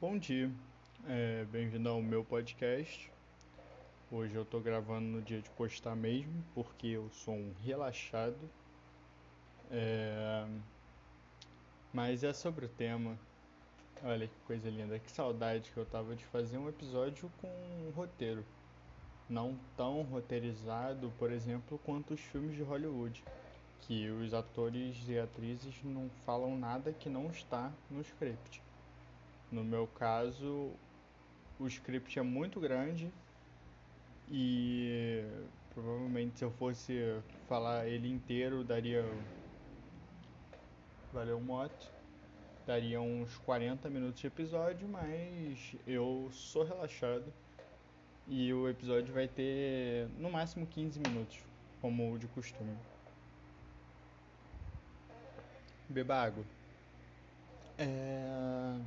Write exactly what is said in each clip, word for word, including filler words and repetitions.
Bom dia, é, bem-vindo ao meu podcast. Hoje eu tô gravando no dia de postar mesmo, porque eu sou um relaxado. É, mas é sobre o tema. Olha que coisa linda, que saudade que eu tava de fazer um episódio com um roteiro. Não tão roteirizado, por exemplo, quanto os filmes de Hollywood, que os atores e atrizes não falam nada que não está no script. No meu caso, o script é muito grande e provavelmente se eu fosse falar ele inteiro daria. Valeu, moto. Daria uns quarenta minutos de episódio, mas eu sou relaxado e o episódio vai ter no máximo quinze minutos, como de costume. Beba água. É...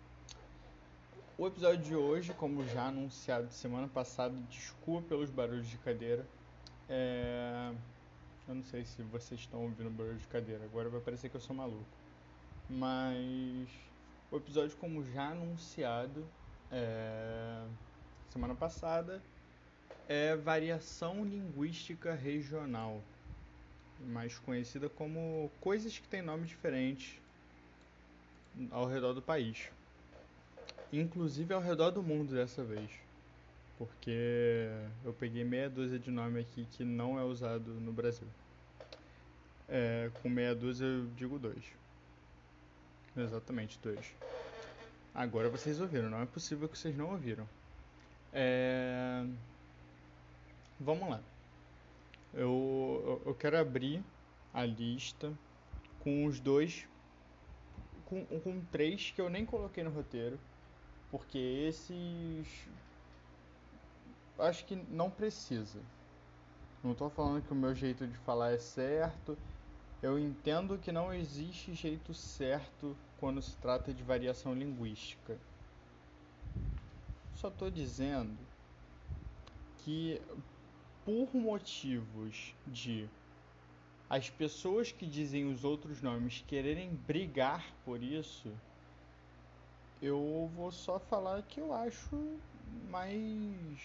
O episódio de hoje, como já anunciado semana passada, desculpa pelos barulhos de cadeira. É... Eu não sei se vocês estão ouvindo barulho de cadeira, agora vai parecer que eu sou maluco. Mas o episódio, como já anunciado é, semana passada, é variação linguística regional, mais conhecida como coisas que têm nomes diferentes ao redor do país, inclusive ao redor do mundo dessa vez, porque eu peguei meia dúzia de nome aqui que não é usado no Brasil. É, com meia dúzia eu digo dois. Exatamente, dois. Agora vocês ouviram, não é possível que vocês não ouviram. É... Vamos lá. Eu, eu, eu quero abrir a lista com os dois, com, com três que eu nem coloquei no roteiro, porque esses acho que não precisa. Não estou falando que o meu jeito de falar é certo. Eu entendo que não existe jeito certo quando se trata de variação linguística. Só estou dizendo que por motivos de as pessoas que dizem os outros nomes quererem brigar por isso, eu vou só falar que eu acho mais.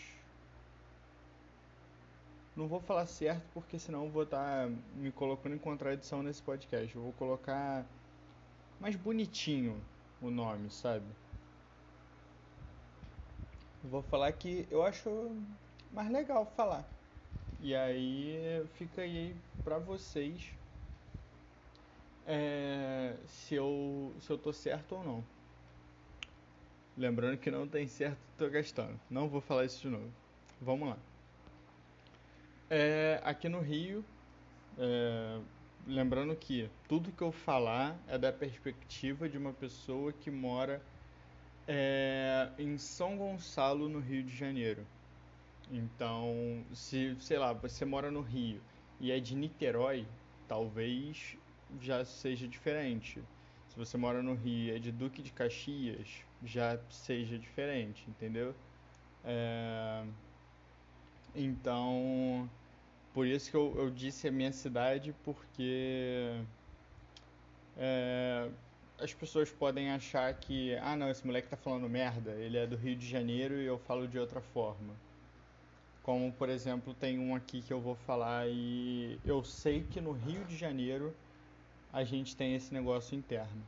Não vou falar certo porque senão eu vou estar me colocando em contradição nesse podcast. Eu vou colocar mais bonitinho o nome, sabe? Eu vou falar que eu acho mais legal falar. E aí fica aí pra vocês é, se, eu, se eu tô certo ou não. Lembrando que não tem certo, tô gastando. Não vou falar isso de novo. Vamos lá. É, aqui no Rio, é, lembrando que tudo que eu falar é da perspectiva de uma pessoa que mora é, em São Gonçalo, no Rio de Janeiro. Então, se, sei lá, você mora no Rio e é de Niterói, talvez já seja diferente. Se você mora no Rio e é de Duque de Caxias, já seja diferente, entendeu? É, então, por isso que eu, eu disse a minha cidade, porque é, as pessoas podem achar que, ah não, esse moleque tá falando merda, ele é do Rio de Janeiro e eu falo de outra forma. Como, por exemplo, tem um aqui que eu vou falar e eu sei que no Rio de Janeiro a gente tem esse negócio interno.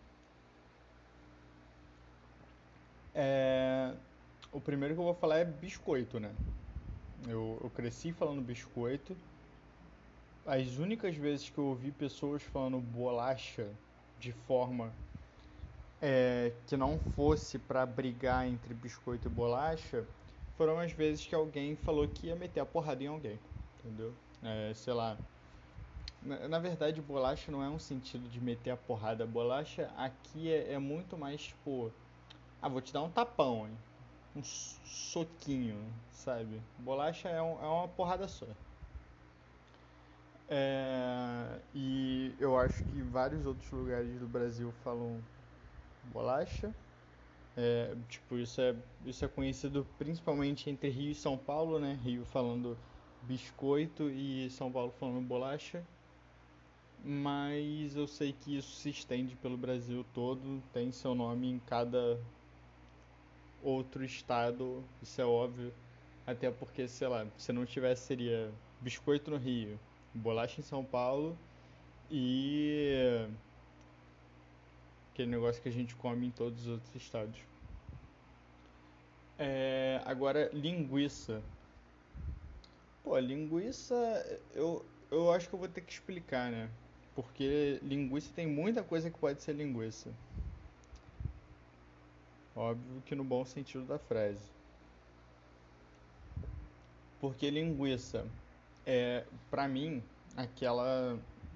É, o primeiro que eu vou falar é biscoito, né? Eu, eu cresci falando biscoito. As únicas vezes que eu ouvi pessoas falando bolacha de forma é, que não fosse pra brigar entre biscoito e bolacha foram as vezes que alguém falou que ia meter a porrada em alguém, entendeu? É, sei lá. Na, na verdade, bolacha não é um sentido de meter a porrada. Bolacha aqui é, é muito mais tipo, ah, vou te dar um tapão, hein? Um soquinho, sabe? Bolacha é, um, é uma porrada só. É, e eu acho que vários outros lugares do Brasil falam bolacha. É, tipo, isso é, isso é conhecido principalmente entre Rio e São Paulo, né? Rio falando biscoito e São Paulo falando bolacha. Mas eu sei que isso se estende pelo Brasil todo, tem seu nome em cada, outro estado, isso é óbvio. Até porque, sei lá, se não tivesse, seria biscoito no Rio, bolacha em São Paulo e aquele negócio que a gente come em todos os outros estados. É, agora, linguiça. Pô, linguiça, eu, eu acho que eu vou ter que explicar, né? Porque linguiça tem muita coisa que pode ser linguiça. Óbvio que no bom sentido da frase. Porque linguiça é, pra mim, aquela,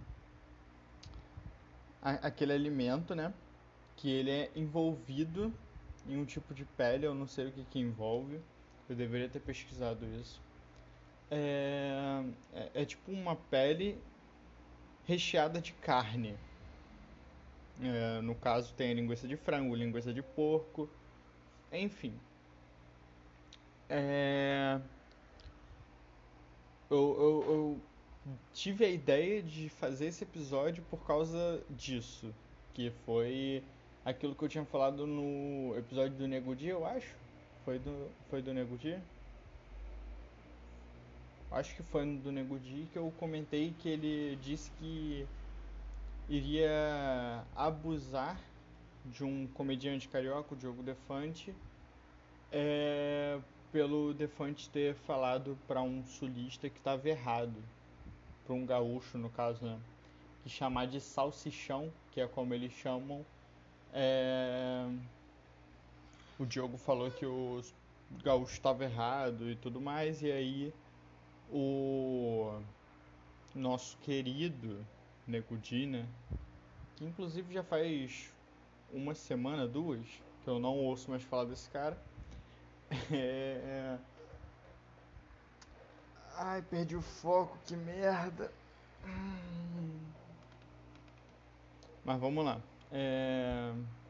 a- aquele alimento, né? Que ele é envolvido em um tipo de pele, eu não sei o que que envolve. Eu deveria ter pesquisado isso. É, é, é tipo uma pele recheada de carne. É, no caso tem linguiça de frango, linguiça de porco, enfim. É, eu, eu, eu tive a ideia de fazer esse episódio por causa disso, que foi aquilo que eu tinha falado no episódio do Nego Di, eu acho. Foi do, foi do Nego Di? Acho que foi no do Nego Di que eu comentei que ele disse que iria abusar de um comediante carioca, o Diogo Defante, é, pelo Defante ter falado para um sulista que estava errado, para um gaúcho no caso, né? Que chamar de salsichão, que é como eles chamam, é, o Diogo falou que o gaúcho estava errado e tudo mais, e aí o nosso querido Nego Di, né? Que inclusive já faz uma semana, duas, que eu não ouço mais falar desse cara. É... Ai, perdi o foco, que merda. Hum. Mas vamos lá. É...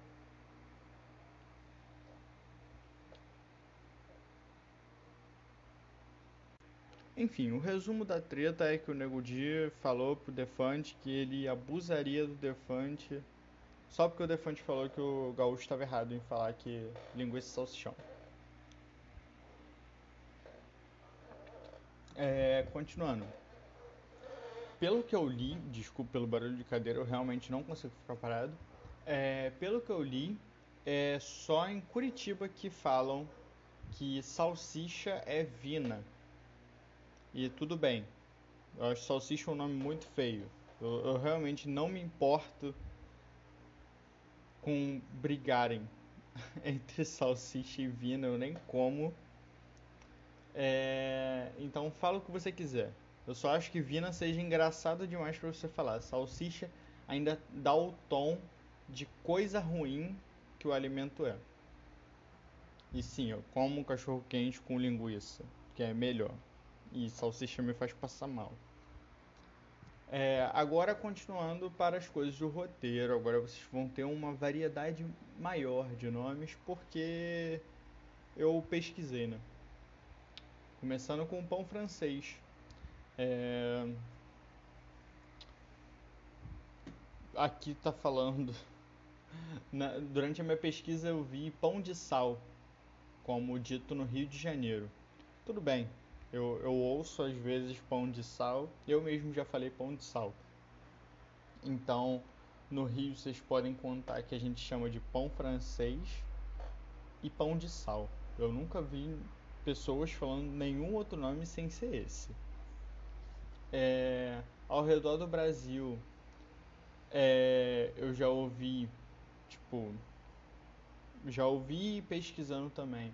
Enfim, o resumo da treta é que o Nego Di falou pro Defante que ele abusaria do Defante só porque o Defante falou que o Gaúcho estava errado em falar que linguiça é salsichão. É, continuando. Pelo que eu li, desculpa pelo barulho de cadeira, eu realmente não consigo ficar parado. É, pelo que eu li, é só em Curitiba que falam que salsicha é vina. E tudo bem, eu acho salsicha um nome muito feio. Eu, eu realmente não me importo com brigarem entre salsicha e vina, eu nem como. É, então fala o que você quiser. Eu só acho que vina seja engraçado demais pra você falar. Salsicha ainda dá o tom de coisa ruim que o alimento é. E sim, eu como cachorro quente com linguiça, que é melhor. E salsicha me faz passar mal. É, agora continuando para as coisas do roteiro, agora vocês vão ter uma variedade maior de nomes porque eu pesquisei, né? Começando com o pão francês. É, aqui tá falando. Na- durante a minha pesquisa eu vi pão de sal, como dito no Rio de Janeiro. Tudo bem, eu, eu ouço às vezes pão de sal, eu mesmo já falei pão de sal. Então, no Rio vocês podem contar que a gente chama de pão francês e pão de sal. Eu nunca vi pessoas falando nenhum outro nome sem ser esse. É, ao redor do Brasil, é, eu já ouvi, tipo, já ouvi pesquisando também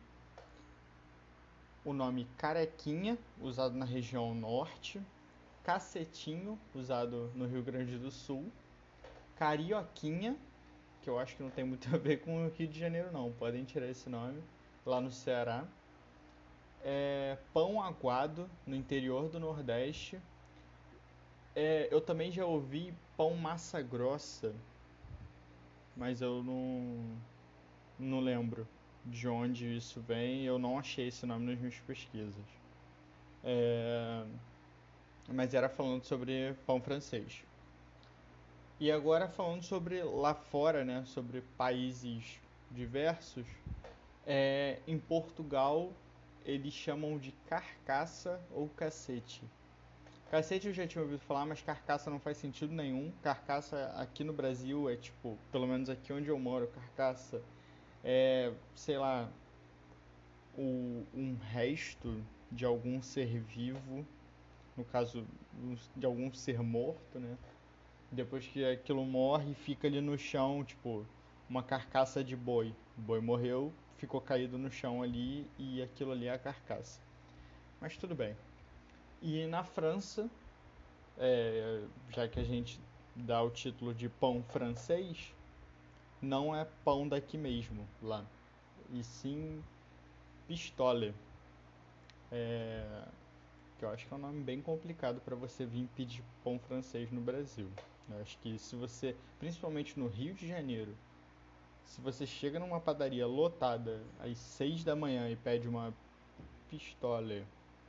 o nome carequinha, usado na região norte, cacetinho, usado no Rio Grande do Sul, carioquinha, que eu acho que não tem muito a ver com o Rio de Janeiro não, podem tirar esse nome, lá no Ceará, é, pão aguado, no interior do Nordeste, é, eu também já ouvi pão massa grossa, mas eu não, não lembro de onde isso vem, eu não achei esse nome nas minhas pesquisas. É, mas era falando sobre pão francês. E agora falando sobre lá fora, né, sobre países diversos, É, em Portugal, eles chamam de carcaça ou cacete. Cacete eu já tinha ouvido falar, mas carcaça não faz sentido nenhum. Carcaça aqui no Brasil é tipo, pelo menos aqui onde eu moro, carcaça é, sei lá, o, um resto de algum ser vivo, no caso um- de algum ser morto, né? Depois que aquilo morre, fica ali no chão, tipo, uma carcaça de boi. O boi morreu, ficou caído no chão ali e aquilo ali é a carcaça. Mas tudo bem. E na França, é, já que a gente dá o título de pão francês, não é pão daqui mesmo, lá. E sim pistole. É, que eu acho que é um nome bem complicado para você vir pedir pão francês no Brasil. Eu acho que se você, principalmente no Rio de Janeiro, se você chega numa padaria lotada às seis da manhã e pede uma pistole,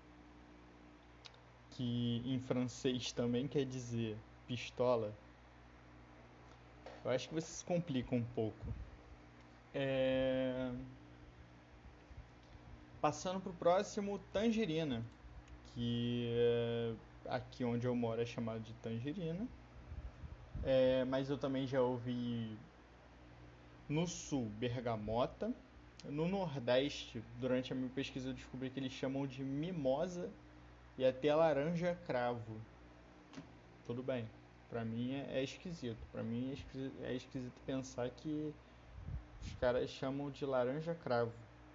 que em francês também quer dizer pistola, eu acho que você se complica um pouco. É... Passando pro próximo, tangerina, que é, aqui onde eu moro é chamado de tangerina. É, mas eu também já ouvi no sul bergamota. No Nordeste, durante a minha pesquisa, eu descobri que eles chamam de mimosa e até laranja cravo. Tudo bem. Pra mim é, é esquisito. Pra mim é esquisito, é esquisito pensar que os caras chamam de laranja cravo.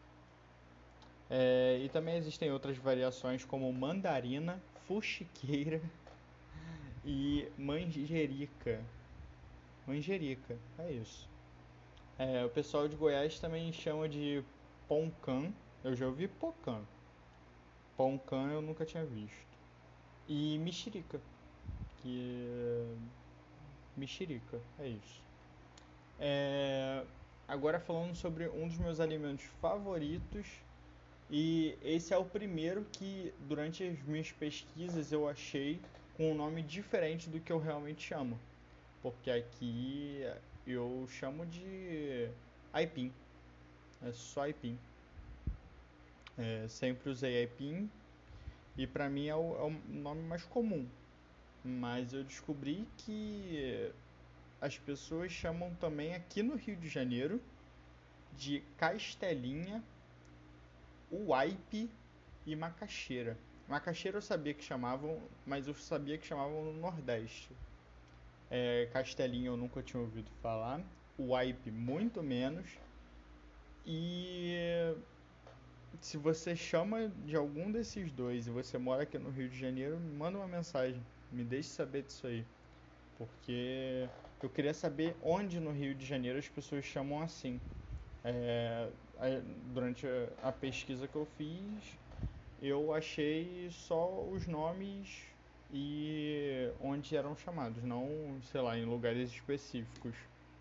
É, e também existem outras variações como mandarina, fuxiqueira e manjerica. Manjerica, é isso. É, o pessoal de Goiás também chama de poncã. Eu já ouvi pocã. Poncã eu nunca tinha visto. E mexerica, que é... mexerica, é isso. É, agora falando sobre um dos meus alimentos favoritos, e esse é o primeiro que durante as minhas pesquisas eu achei com um nome diferente do que eu realmente chamo. Porque aqui eu chamo de aipim, é só aipim. É, sempre usei aipim e pra mim é o, é o nome mais comum. Mas eu descobri que as pessoas chamam também aqui no Rio de Janeiro de castelinha, uaipe e macaxeira. Macaxeira eu sabia que chamavam, mas eu sabia que chamavam no Nordeste. É, castelinha eu nunca tinha ouvido falar, uaipe muito menos. E se você chama de algum desses dois e você mora aqui no Rio de Janeiro, me manda uma mensagem, me deixe saber disso aí. Porque eu queria saber onde no Rio de Janeiro as pessoas chamam assim. É, durante a, a pesquisa que eu fiz, eu achei só os nomes e onde eram chamados, não, sei lá, em lugares específicos.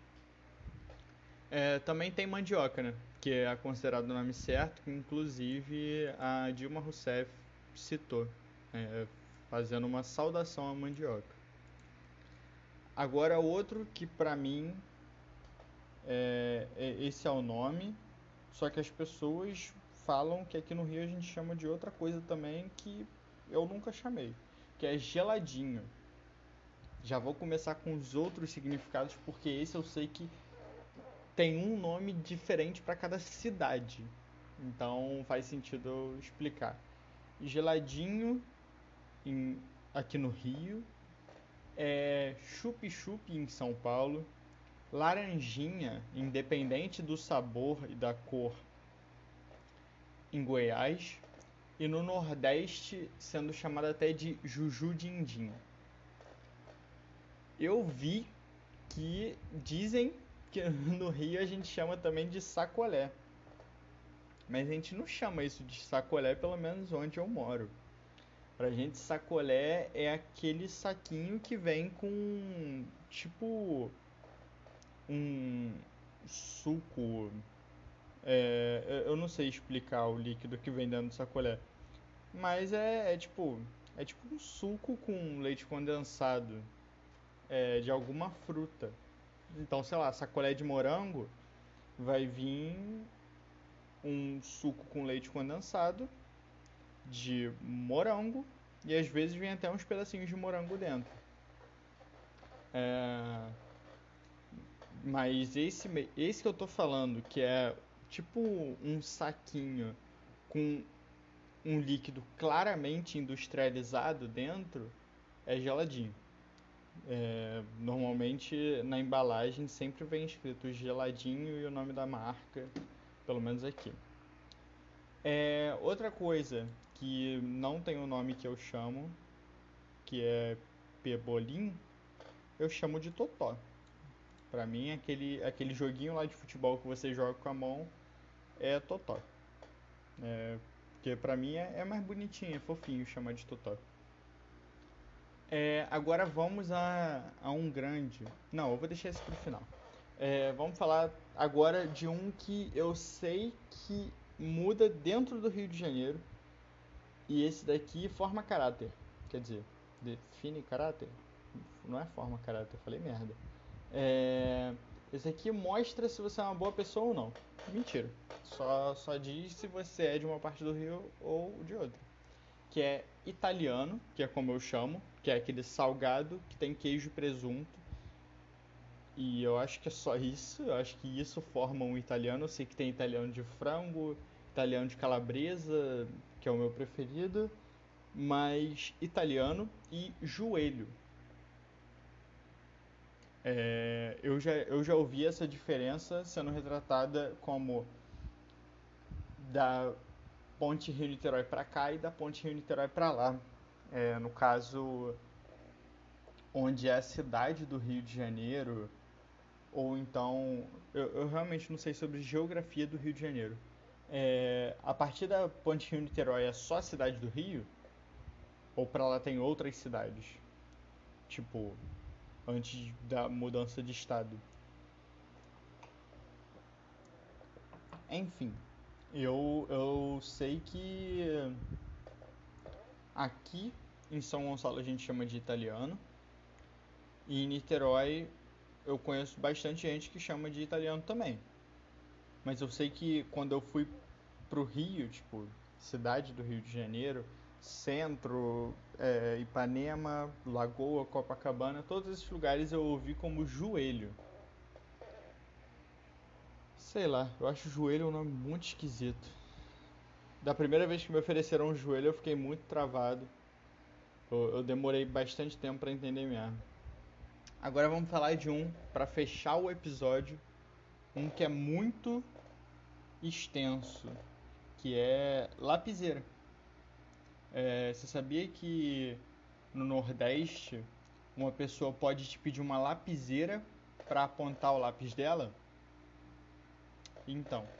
É, também tem mandioca, né? Que é considerado o nome certo, que inclusive a Dilma Rousseff citou, é, fazendo uma saudação à mandioca. Agora outro que pra mim é, é- esse é o nome, só que as pessoas falam que aqui no Rio a gente chama de outra coisa também que eu nunca chamei, que é geladinho. Já vou começar com os outros significados porque esse eu sei que tem um nome diferente para cada cidade. Então faz sentido eu explicar. Geladinho em, aqui no Rio, é chup-chup em São Paulo, laranjinha, independente do sabor e da cor, em Goiás, e no Nordeste sendo chamada até de Juju Dindim. Eu vi que dizem que no Rio a gente chama também de sacolé, mas a gente não chama isso de sacolé, pelo menos onde eu moro. Pra gente, sacolé é aquele saquinho que vem com, tipo, um suco. É, eu não sei explicar o líquido que vem dentro do sacolé. Mas é, é tipo. É tipo um suco com leite condensado, é, de alguma fruta. Então, sei lá, sacolé de morango vai vir. um suco com leite condensado de morango e às vezes vem até uns pedacinhos de morango dentro. É, mas esse, esse que eu tô falando, que é tipo um saquinho com um líquido claramente industrializado dentro, é geladinho. É, normalmente na embalagem sempre vem escrito geladinho e o nome da marca, pelo menos aqui. É, outra coisa que não tem o nome que eu chamo, que é pebolim, eu chamo de totó. Pra mim, aquele, aquele joguinho lá de futebol que você joga com a mão é totó. É, porque pra mim é, é mais bonitinho, é fofinho chamar de totó. É, agora vamos a, a um grande. Não, eu vou deixar esse pro final. É, vamos falar agora de um que eu sei que muda dentro do Rio de Janeiro. E esse daqui forma caráter. Quer dizer, define caráter? Não é forma caráter, falei merda. É, esse aqui mostra se você é uma boa pessoa ou não. Mentira. Só, só diz se você é de uma parte do Rio ou de outra. Que é italiano, que é como eu chamo, que é aquele salgado que tem queijo e presunto. E eu acho que é só isso. Eu acho que isso forma um italiano. Eu sei que tem italiano de frango, italiano de calabresa, que é o meu preferido, mas italiano e joelho. É, eu, já, eu já ouvi essa diferença sendo retratada como da Ponte Rio-Niterói para cá e da Ponte Rio-Niterói para lá. É, no caso, onde é a cidade do Rio de Janeiro, ou então. Eu, eu realmente não sei sobre geografia do Rio de Janeiro. É, a partir da Ponte Rio-Niterói é só a cidade do Rio? Ou para lá tem outras cidades? Tipo, antes da mudança de estado. Enfim, eu, eu sei que aqui em São Gonçalo a gente chama de italiano. E em Niterói eu conheço bastante gente que chama de italiano também. Mas eu sei que quando eu fui pro Rio, tipo, cidade do Rio de Janeiro, centro, é, Ipanema, Lagoa, Copacabana, todos esses lugares eu ouvi como joelho. Sei lá, eu acho joelho um nome muito esquisito. Da primeira vez que me ofereceram um joelho eu fiquei muito travado. Eu, eu demorei bastante tempo pra entender mesmo. Agora vamos falar de um pra fechar o episódio, um que é muito extenso, que é lapiseira. É, você sabia que no Nordeste uma pessoa pode te pedir uma lapiseira para apontar o lápis dela? Então,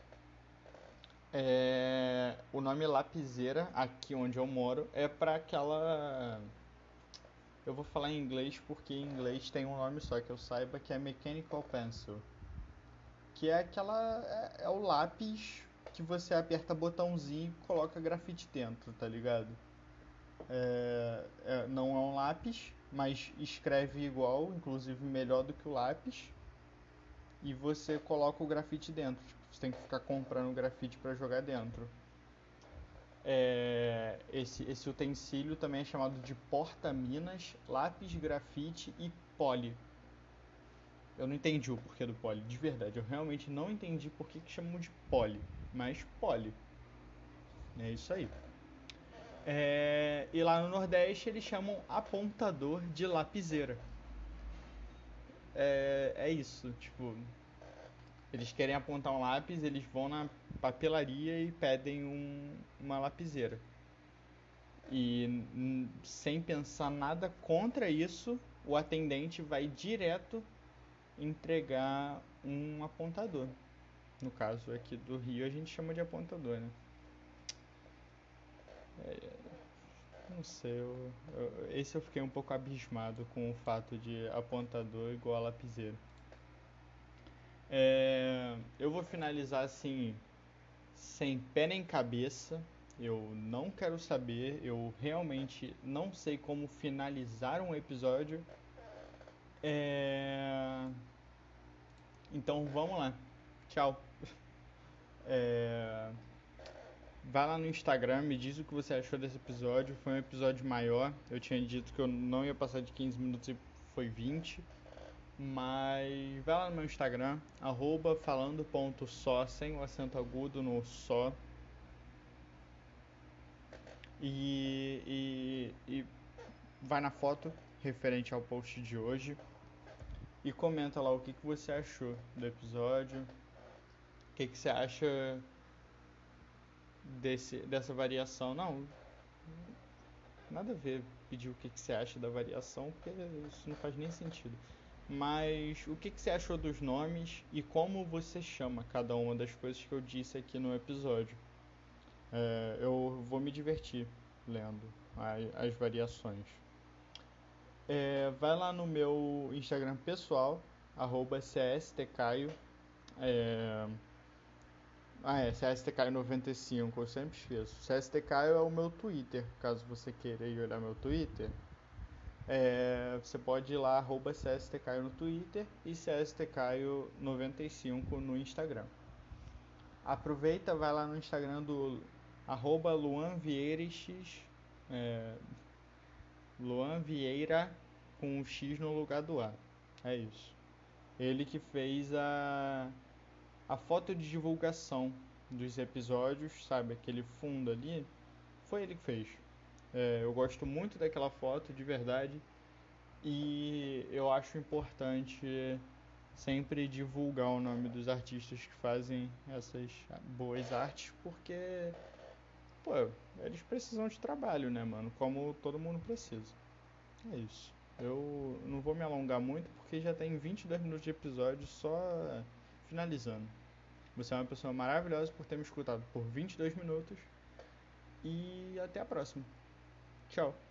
é, o nome lapiseira aqui onde eu moro é para aquela. Eu vou falar em inglês porque em inglês tem um nome só que eu saiba, que é mechanical pencil, que é aquela é, é o lápis que você aperta botãozinho e coloca grafite dentro, tá ligado? É, é, não é um lápis, mas escreve igual, inclusive melhor do que o lápis. E você coloca o grafite dentro. Tipo, você tem que ficar comprando grafite para jogar dentro. É, esse, esse utensílio também é chamado de porta-minas, lápis, grafite e poli. Eu não entendi o porquê do poli, de verdade. Eu realmente não entendi por que, que chamam de poli. Mas poli. É isso aí. É, e lá no Nordeste eles chamam apontador de lapiseira. É, é isso, tipo, eles querem apontar um lápis, eles vão na papelaria e pedem um, uma lapiseira. E n- sem pensar nada contra isso, o atendente vai direto entregar um apontador. No caso aqui do Rio a gente chama de apontador, né? Não sei, eu, eu- esse eu fiquei um pouco abismado com o fato de apontador igual a lapiseira. É, eu vou finalizar assim, sem pé nem cabeça. Eu não quero saber, eu realmente não sei como finalizar um episódio. É, então vamos lá. Tchau. É, vai lá no Instagram, me diz o que você achou desse episódio. Foi um episódio maior. Eu tinha dito que eu não ia passar de quinze minutos e foi vinte. Mas vai lá no meu Instagram, arroba falando.só, sem o acento agudo no só. E, e, e vai na foto referente ao post de hoje e comenta lá o que, que você achou do episódio, o que, que você acha desse, dessa variação. Não, nada a ver pedir o que, que você acha da variação, porque isso não faz nem sentido. Mas o que, que você achou dos nomes e como você chama cada uma das coisas que eu disse aqui no episódio. É, eu vou me divertir lendo as, as variações. É, vai lá no meu Instagram pessoal, arroba cstcaio. É, ah, é, C S T Caio noventa e cinco, eu sempre esqueço. C S T Caio é o meu Twitter, caso você queira ir olhar meu Twitter. É, você pode ir lá, arroba C S T Caio no Twitter e C S T Caio noventa e cinco no Instagram. Aproveita, vai lá no Instagram do arroba Luan Vieiras, é, Luan Vieira com o X no lugar do A. É isso. Ele que fez a, a foto de divulgação dos episódios, sabe? Aquele fundo ali, foi ele que fez. É, eu gosto muito daquela foto, de verdade. E eu acho importante sempre divulgar o nome dos artistas que fazem essas boas artes, porque, pô, eles precisam de trabalho, né, mano? Como todo mundo precisa. É isso. Eu não vou me alongar muito porque já tem vinte e dois minutos de episódio só finalizando. Você é uma pessoa maravilhosa por ter me escutado por vinte e dois minutos e até a próxima. Tchau.